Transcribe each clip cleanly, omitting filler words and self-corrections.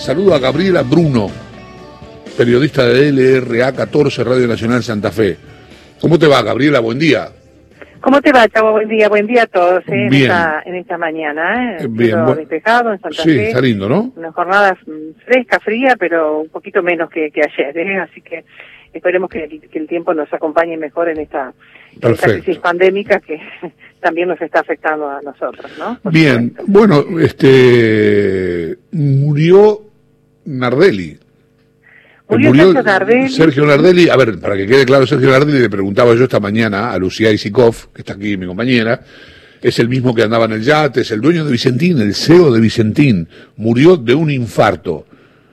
Saludo a Gabriela Bruno, periodista de LRA 14, Radio Nacional Santa Fe. ¿Cómo te va, Gabriela? Buen día. ¿Cómo te va, Chavo? Buen día a todos en Bien. esta mañana. Bien. Despejado en Santa Sí, Fe. está lindo, ¿no? Una jornada fresca, fría, pero un poquito menos que ayer, ¿eh? Así que esperemos que el tiempo nos acompañe mejor en esta crisis pandémica que también nos está afectando a nosotros, ¿no? Bien, bueno, murió Nardelli. Murió Sergio Nardelli. A ver, para que quede claro, Sergio Nardelli, le preguntaba yo esta mañana a Lucía Isikoff, que está aquí, mi compañera, es el mismo que andaba en el yate, es el dueño de Vicentín, el CEO de Vicentín. Murió de un infarto.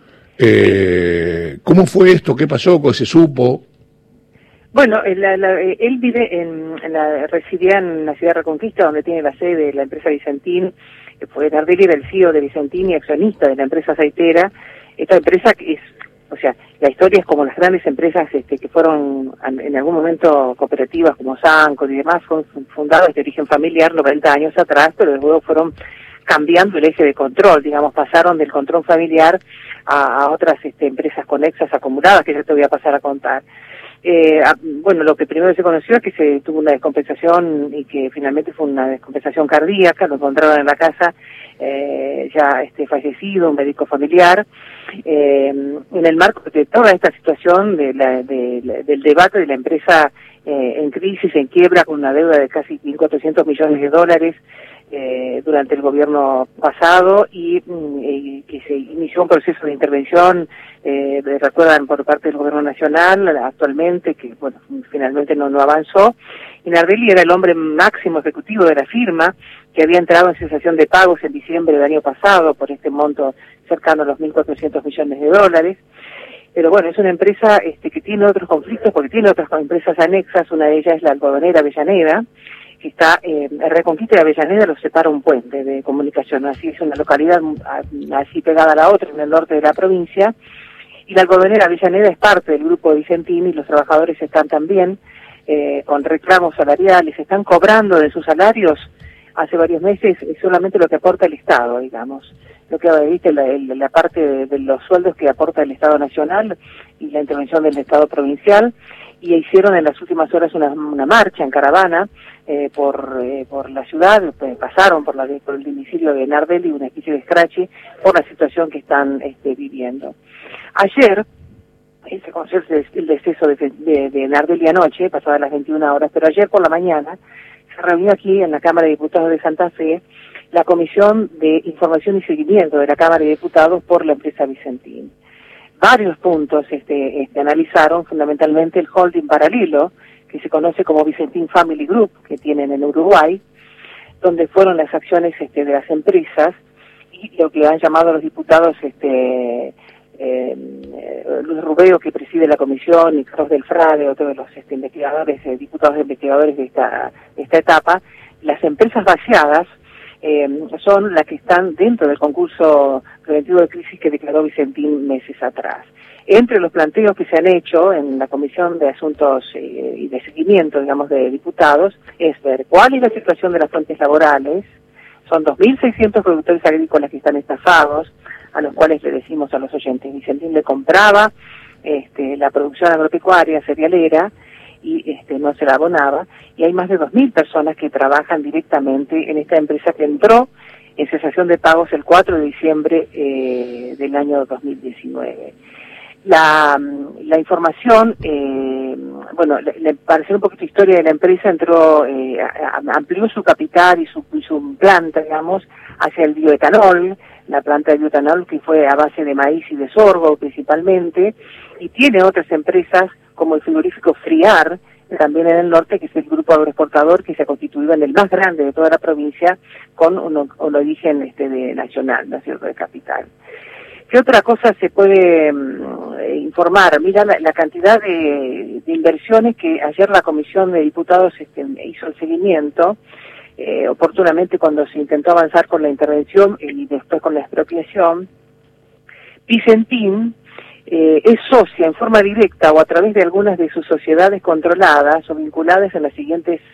¿Cómo fue esto? ¿Qué pasó? ¿Qué se supo? Bueno, él vive residía en la ciudad de Reconquista, donde tiene la sede de la empresa Vicentín. Nardelli era el CEO de Vicentín y accionista de la empresa aceitera. Esta empresa que es, o sea, la historia es como las grandes empresas que fueron en algún momento cooperativas como Sancor y demás, fueron fundadas de origen familiar 90 años atrás, pero luego fueron cambiando el eje de control, digamos, pasaron del control familiar a otras empresas conexas acumuladas, que ya te voy a pasar a contar. Bueno, lo que primero se conoció es que se tuvo una descompensación y que finalmente fue una descompensación cardíaca, lo encontraron en la casa ya fallecido, un médico familiar, en el marco de toda esta situación del debate de la empresa en crisis, en quiebra, con una deuda de casi 1.400 millones de dólares durante el gobierno pasado y que se inició un proceso de intervención, recuerdan, por parte del gobierno nacional actualmente, que bueno, finalmente no avanzó. Y Nardelli era el hombre máximo ejecutivo de la firma, que había entrado en cesación de pagos en diciembre del año pasado por este monto cercano a los 1.400 millones de dólares. Pero bueno, es una empresa que tiene otros conflictos porque tiene otras empresas anexas. Una de ellas es la algodonera Avellaneda, que está en Reconquista y Avellaneda, los separa un puente de comunicación, así es una localidad así pegada a la otra en el norte de la provincia, y la algodonera Avellaneda es parte del grupo de Vicentín y los trabajadores están también con reclamos salariales, están cobrando de sus salarios hace varios meses solamente lo que aporta el Estado, digamos, lo que viste la parte de los sueldos que aporta el Estado Nacional y la intervención del Estado Provincial, y hicieron en las últimas horas una marcha en caravana por la ciudad, pasaron por el domicilio de Nardelli, una especie de escrache por la situación que están viviendo. Ayer se conoció el deceso de Nardelli anoche, pasadas las 21 horas, pero ayer por la mañana se reunió aquí en la Cámara de Diputados de Santa Fe la Comisión de Información y Seguimiento de la Cámara de Diputados por la empresa Vicentín. Varios puntos analizaron, fundamentalmente el holding paralelo, que se conoce como Vicentín Family Group, que tienen en Uruguay, donde fueron las acciones de las empresas, y lo que han llamado los diputados Luis Rubeo, que preside la comisión, y Carlos del Frade, otro de los investigadores, diputados investigadores de esta etapa. Las empresas vaciadas son las que están dentro del concurso preventivo de crisis que declaró Vicentín meses atrás. Entre los planteos que se han hecho en la Comisión de Asuntos y de Seguimiento, digamos, de diputados, es ver cuál es la situación de las fuentes laborales. Son 2.600 productores agrícolas que están estafados, a los cuales le decimos a los oyentes, Vicentín le compraba la producción agropecuaria, cerealera, y no se la abonaba, y hay más de 2.000 personas que trabajan directamente en esta empresa que entró en cesación de pagos el 4 de diciembre del año 2019. La información, bueno, para hacer un poquito de historia de la empresa, entró, amplió su capital y su planta, digamos, hacia el bioetanol, la planta de bioetanol que fue a base de maíz y de sorgo principalmente, y tiene otras empresas como el frigorífico Friar, también en el norte, que es el grupo agroexportador que se ha constituido en el más grande de toda la provincia, con un origen nacional, ¿no es cierto?, de capital. ¿Qué otra cosa se puede informar? Mira la cantidad de inversiones que ayer la Comisión de Diputados hizo el seguimiento, oportunamente cuando se intentó avanzar con la intervención y después con la expropiación. Vicentín es socia en forma directa o a través de algunas de sus sociedades controladas o vinculadas en las siguientes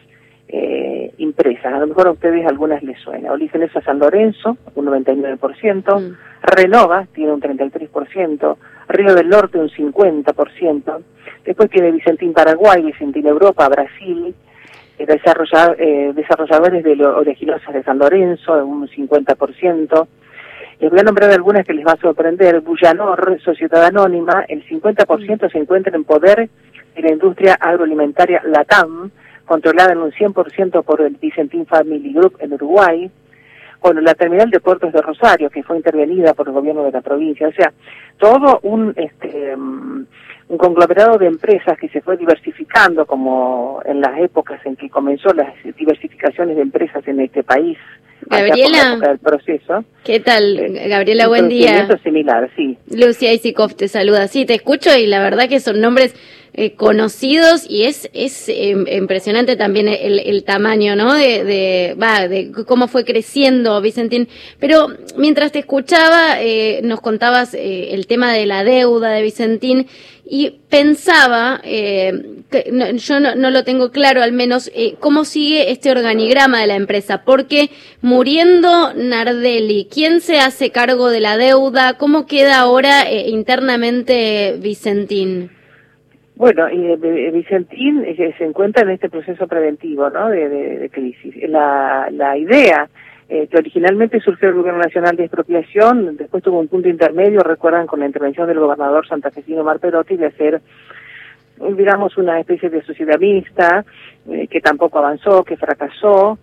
empresas. A lo mejor a ustedes algunas les suena. Oleoginosa San Lorenzo, un 99%, Renova tiene un 33%, Río del Norte un 50%, después tiene Vicentín Paraguay, Vicentín Europa, Brasil, desarrolladores de oleaginosas de San Lorenzo, un 50%. Les voy a nombrar algunas que les va a sorprender. Bullanor, Sociedad Anónima, el 50% se encuentra en poder de la industria agroalimentaria LATAM, controlada en un 100% por el Vicentín Family Group en Uruguay. Bueno, la terminal de puertos de Rosario, que fue intervenida por el gobierno de la provincia. O sea, todo un conglomerado de empresas que se fue diversificando, como en las épocas en que comenzó las diversificaciones de empresas en este país. Gabriela, del proceso. ¿Qué tal? Gabriela, buen día. Similar, sí. Lucia Isikoff te saluda. Sí, te escucho y la verdad que son nombres conocidos y es impresionante también el tamaño, ¿no? De cómo fue creciendo Vicentín. Pero mientras te escuchaba, nos contabas el tema de la deuda de Vicentín y pensaba, yo no lo tengo claro al menos, cómo sigue este organigrama de la empresa, porque muriendo Nardelli, ¿quién se hace cargo de la deuda? ¿Cómo queda ahora internamente Vicentín? Bueno, Vicentín se encuentra en este proceso preventivo, ¿no?, de crisis. La idea que originalmente surgió del Gobierno Nacional de Expropiación, después tuvo un punto intermedio, recuerdan, con la intervención del gobernador santafesino Omar Perotti, de hacer, digamos, una especie de sociedad mixta, que tampoco avanzó, que fracasó,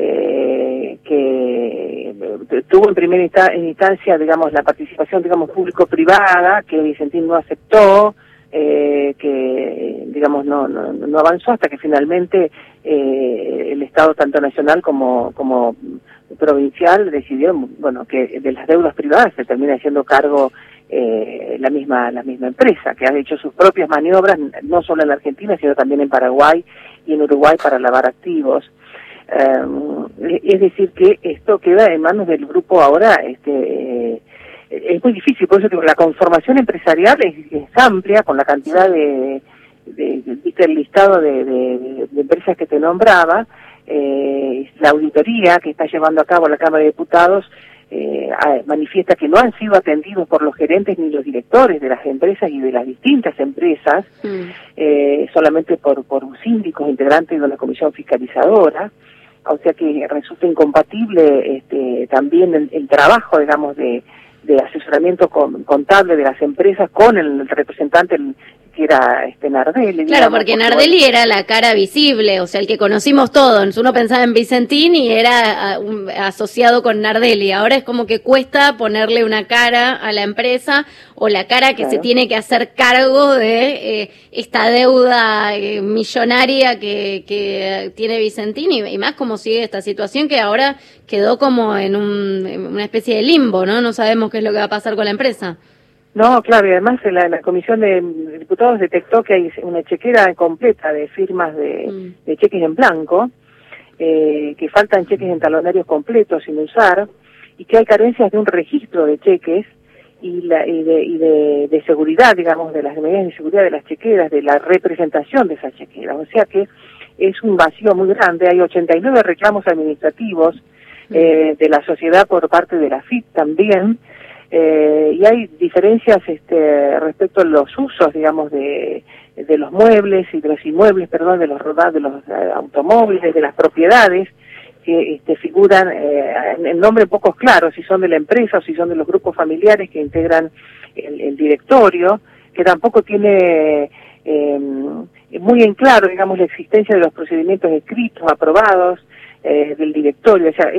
que tuvo en primera instancia, digamos, la participación, digamos, público-privada, que Vicentín no aceptó, que digamos no avanzó hasta que finalmente el Estado tanto nacional como provincial decidió, bueno, que de las deudas privadas se termina haciendo cargo la misma empresa, que ha hecho sus propias maniobras no solo en la Argentina sino también en Paraguay y en Uruguay para lavar activos. Es decir, que esto queda en manos del grupo ahora. Es muy difícil, por eso digo, la conformación empresarial es amplia, con la cantidad viste el listado de empresas que te nombraba. La auditoría que está llevando a cabo la Cámara de Diputados manifiesta que no han sido atendidos por los gerentes ni los directores de las empresas y de las distintas empresas, solamente por síndicos integrantes de una comisión fiscalizadora. O sea que resulta incompatible también el trabajo, digamos, de asesoramiento contable de las empresas con el representante que era Nardelli. Claro, digamos, porque Nardelli era la cara visible, o sea, el que conocimos todos. Uno pensaba en Vicentín y era asociado con Nardelli. Ahora es como que cuesta ponerle una cara a la empresa, o la cara que se tiene que hacer cargo de esta deuda millonaria que tiene Vicentín, y más como sigue esta situación que ahora quedó como en una especie de limbo, ¿no? No sabemos qué es lo que va a pasar con la empresa. No, claro, y además la Comisión de Diputados detectó que hay una chequera completa de firmas de cheques en blanco, que faltan cheques en talonarios completos sin usar, y que hay carencias de un registro de cheques y de seguridad, digamos, de las medidas de seguridad de las chequeras, de la representación de esas chequeras. O sea que es un vacío muy grande. Hay 89 reclamos administrativos de la sociedad por parte de la FIP también, y hay diferencias respecto a los usos, digamos, de los muebles y de los inmuebles, perdón, de los automóviles, de las propiedades que figuran en nombre pocos claros, si son de la empresa o si son de los grupos familiares que integran el directorio, que tampoco tiene muy en claro, digamos, la existencia de los procedimientos escritos, aprobados, del directorio. O sea,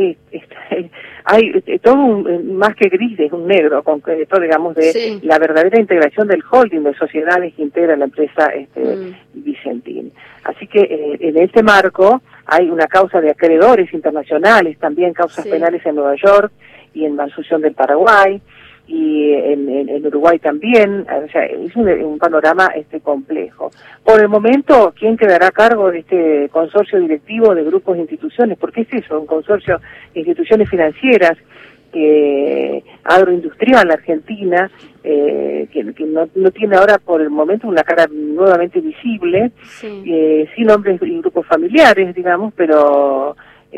hay todo más que gris, es un negro concreto, digamos, de la verdadera integración del holding de sociedades que integra la empresa Vicentín. Así que en este marco hay una causa de acreedores internacionales, también causas penales en Nueva York y en Asunción del Paraguay, y en Uruguay también. O sea, es un panorama complejo. Por el momento, ¿quién quedará a cargo de este consorcio directivo de grupos e instituciones? Porque es eso, un consorcio de instituciones financieras agroindustrial argentina, que no tiene ahora por el momento una cara nuevamente visible, sí. Sin nombres y grupos familiares, digamos, pero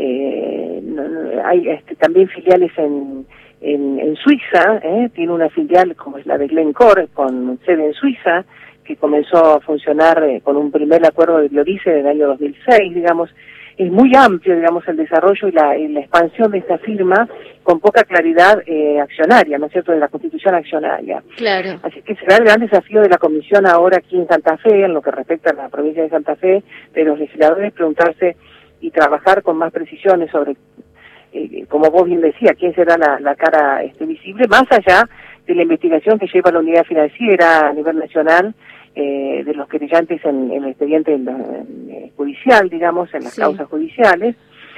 hay también filiales en Suiza, tiene una filial como es la de Glencore, con sede en Suiza, que comenzó a funcionar con un primer acuerdo de Biodiesel en el año 2006, digamos. Es muy amplio, digamos, el desarrollo y la expansión de esta firma con poca claridad accionaria, ¿no es cierto?, de la constitución accionaria. Claro. Así que será el gran desafío de la comisión ahora aquí en Santa Fe, en lo que respecta a la provincia de Santa Fe, de los legisladores, preguntarse y trabajar con más precisiones sobre, como vos bien decías, quién será la cara visible, más allá de la investigación que lleva la unidad financiera a nivel nacional, de los querellantes en el expediente judicial, digamos, en las causas judiciales,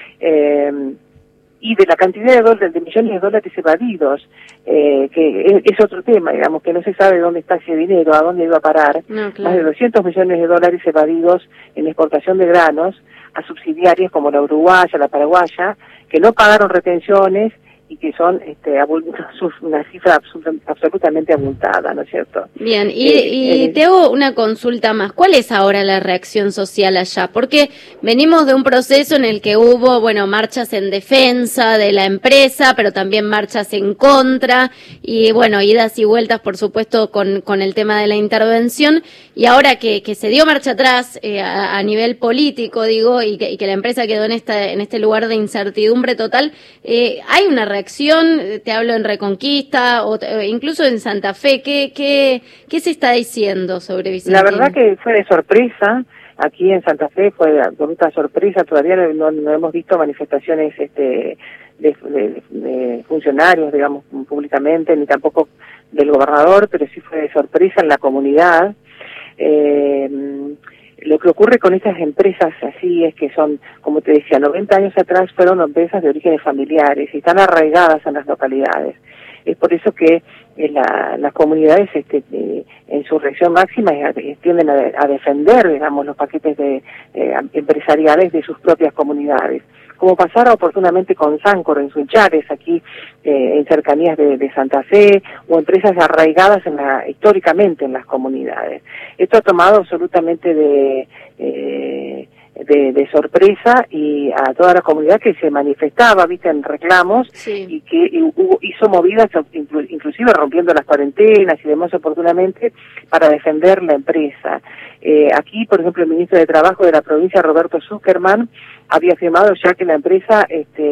y de la cantidad de millones de dólares evadidos, que es otro tema, digamos, que no se sabe dónde está ese dinero, a dónde iba a parar. No, claro. Más de 200 millones de dólares evadidos en exportación de granos a subsidiarias como la uruguaya, la paraguaya, que no pagaron retenciones y que son una cifra absolutamente abultada, ¿no es cierto? Bien, y te hago una consulta más. ¿Cuál es ahora la reacción social allá? Porque venimos de un proceso en el que hubo, marchas en defensa de la empresa, pero también marchas en contra, y idas y vueltas, por supuesto, con el tema de la intervención, y ahora que se dio marcha atrás a nivel político, digo, y que la empresa quedó en este lugar de incertidumbre total, hay una reacción, te hablo en Reconquista o incluso en Santa Fe, ¿qué se está diciendo sobre Vicentín? La verdad que fue de sorpresa, aquí en Santa Fe fue de absoluta sorpresa, todavía no hemos visto manifestaciones de funcionarios, digamos, públicamente, ni tampoco del gobernador, pero sí fue de sorpresa en la comunidad. Lo que ocurre con estas empresas así es que son, como te decía, 90 años atrás fueron empresas de orígenes familiares y están arraigadas en las localidades. Es por eso que las comunidades en su reacción máxima tienden a defender, digamos, los paquetes empresariales de sus propias comunidades. Como pasara oportunamente con Sancor en Sunchales, aquí en cercanías de Santa Fe, o empresas arraigadas históricamente en las comunidades. Esto ha tomado absolutamente de sorpresa y a toda la comunidad que se manifestaba, en reclamos, y que hizo movidas, inclusive rompiendo las cuarentenas y demás oportunamente, para defender la empresa. Aquí, por ejemplo, el ministro de Trabajo de la provincia, Roberto Zuckerman, había afirmado ya que la empresa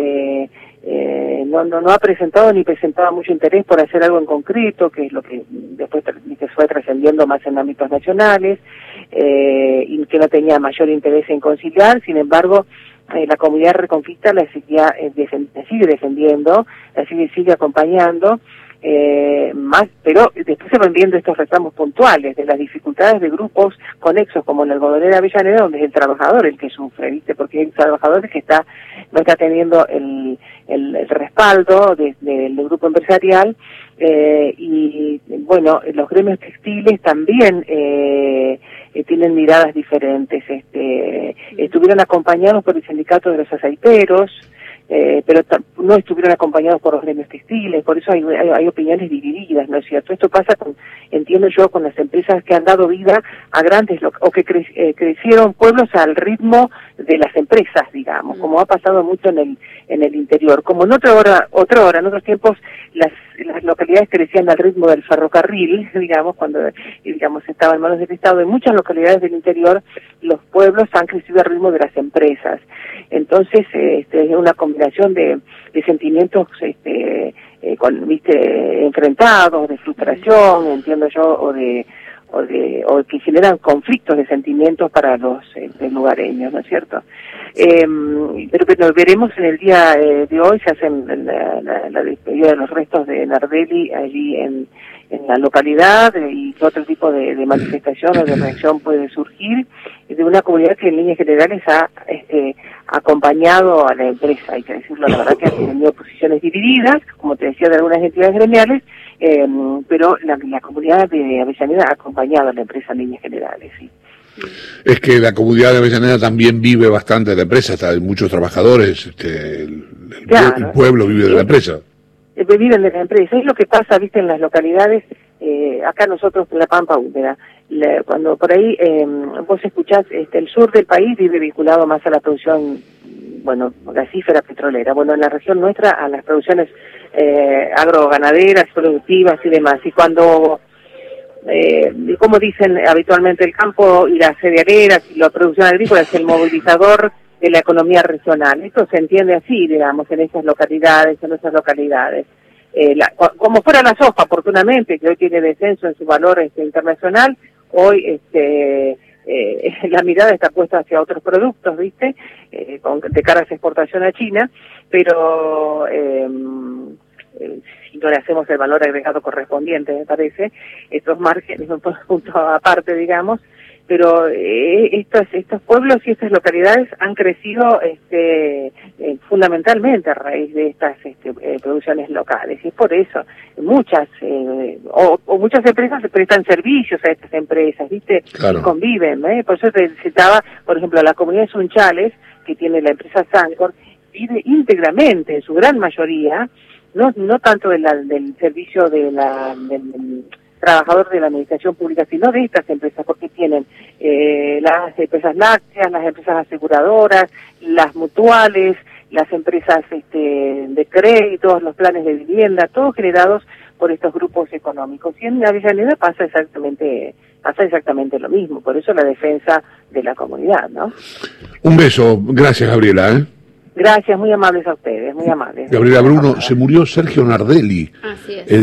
no ha presentado ni presentaba mucho interés por hacer algo en concreto, que es lo que después se fue trascendiendo más en ámbitos nacionales, y que no tenía mayor interés en conciliar. Sin embargo, la comunidad Reconquista la sigue defendiendo, la sigue acompañando, pero después se van viendo estos reclamos puntuales de las dificultades de grupos conexos como en el algodonera Avellaneda, donde es el trabajador el que sufre, porque es el trabajador que no está teniendo el respaldo del grupo empresarial, y los gremios textiles también tienen miradas diferentes. Estuvieron acompañados por el sindicato de los aceiteros, pero no estuvieron acompañados por los gremios textiles, por eso hay opiniones divididas, ¿no es cierto? Esto pasa, entiendo yo, con las empresas que han dado vida a grandes, o que crecieron pueblos al ritmo de las empresas, digamos, como ha pasado mucho en el interior. Como en otra hora, en otros tiempos, las localidades crecían al ritmo del ferrocarril, digamos, cuando estaba en manos del Estado. En muchas localidades del interior, los pueblos han crecido al ritmo de las empresas. Entonces, es una combinación de sentimientos enfrentados, de frustración, entiendo yo, o que generan conflictos de sentimientos para los lugareños, ¿no es cierto? Pero veremos en el día de hoy, se hacen la despedida de los restos de Nardelli allí en la localidad, y qué otro tipo de manifestación o de reacción puede surgir de una comunidad que en líneas generales ha acompañado a la empresa, hay que decirlo, la verdad que ha tenido posiciones divididas, como te decía, de algunas entidades gremiales, pero la comunidad de Avellaneda ha acompañado a la empresa en líneas generales, sí. Es que la comunidad de Avellaneda también vive bastante de la empresa, hay muchos trabajadores, el pueblo vive de la empresa. viven de la empresa. Es lo que pasa, viste, en las localidades, acá nosotros en la Pampa Húmeda, cuando por ahí vos escuchás, el sur del país vive vinculado más a la producción, bueno, gasífera, petrolera. Bueno, en la región nuestra a las producciones agroganaderas, productivas y demás. Y cuando, como dicen habitualmente, el campo y las cerealeras y la producción agrícola es el movilizador de la economía regional. Esto se entiende así, digamos, en esas localidades, como fuera la soja, oportunamente, que hoy tiene descenso en su valor internacional, hoy la mirada está puesta hacia otros productos, ¿viste? De cara a esa exportación a China, pero si no le hacemos el valor agregado correspondiente, me parece, estos márgenes, un punto aparte, digamos, pero estos pueblos y estas localidades han crecido fundamentalmente a raíz de estas producciones locales, y es por eso muchas muchas empresas prestan servicios a estas empresas, ¿viste? Claro. Y conviven, por eso te citaba, por ejemplo, la comunidad de Sunchales, que tiene la empresa Sancor, vive íntegramente, en su gran mayoría, no tanto del servicio del trabajador de la administración pública, sino de estas empresas, porque tienen las empresas lácteas, las empresas aseguradoras, las mutuales, las empresas de créditos, los planes de vivienda, todos generados por estos grupos económicos. Y en Avellaneda pasa exactamente lo mismo, por eso la defensa de la comunidad, ¿no? Un beso, gracias Gabriela. Gracias, muy amables a ustedes, muy amables. Gabriela Bruno, se murió Sergio Nardelli. Así es.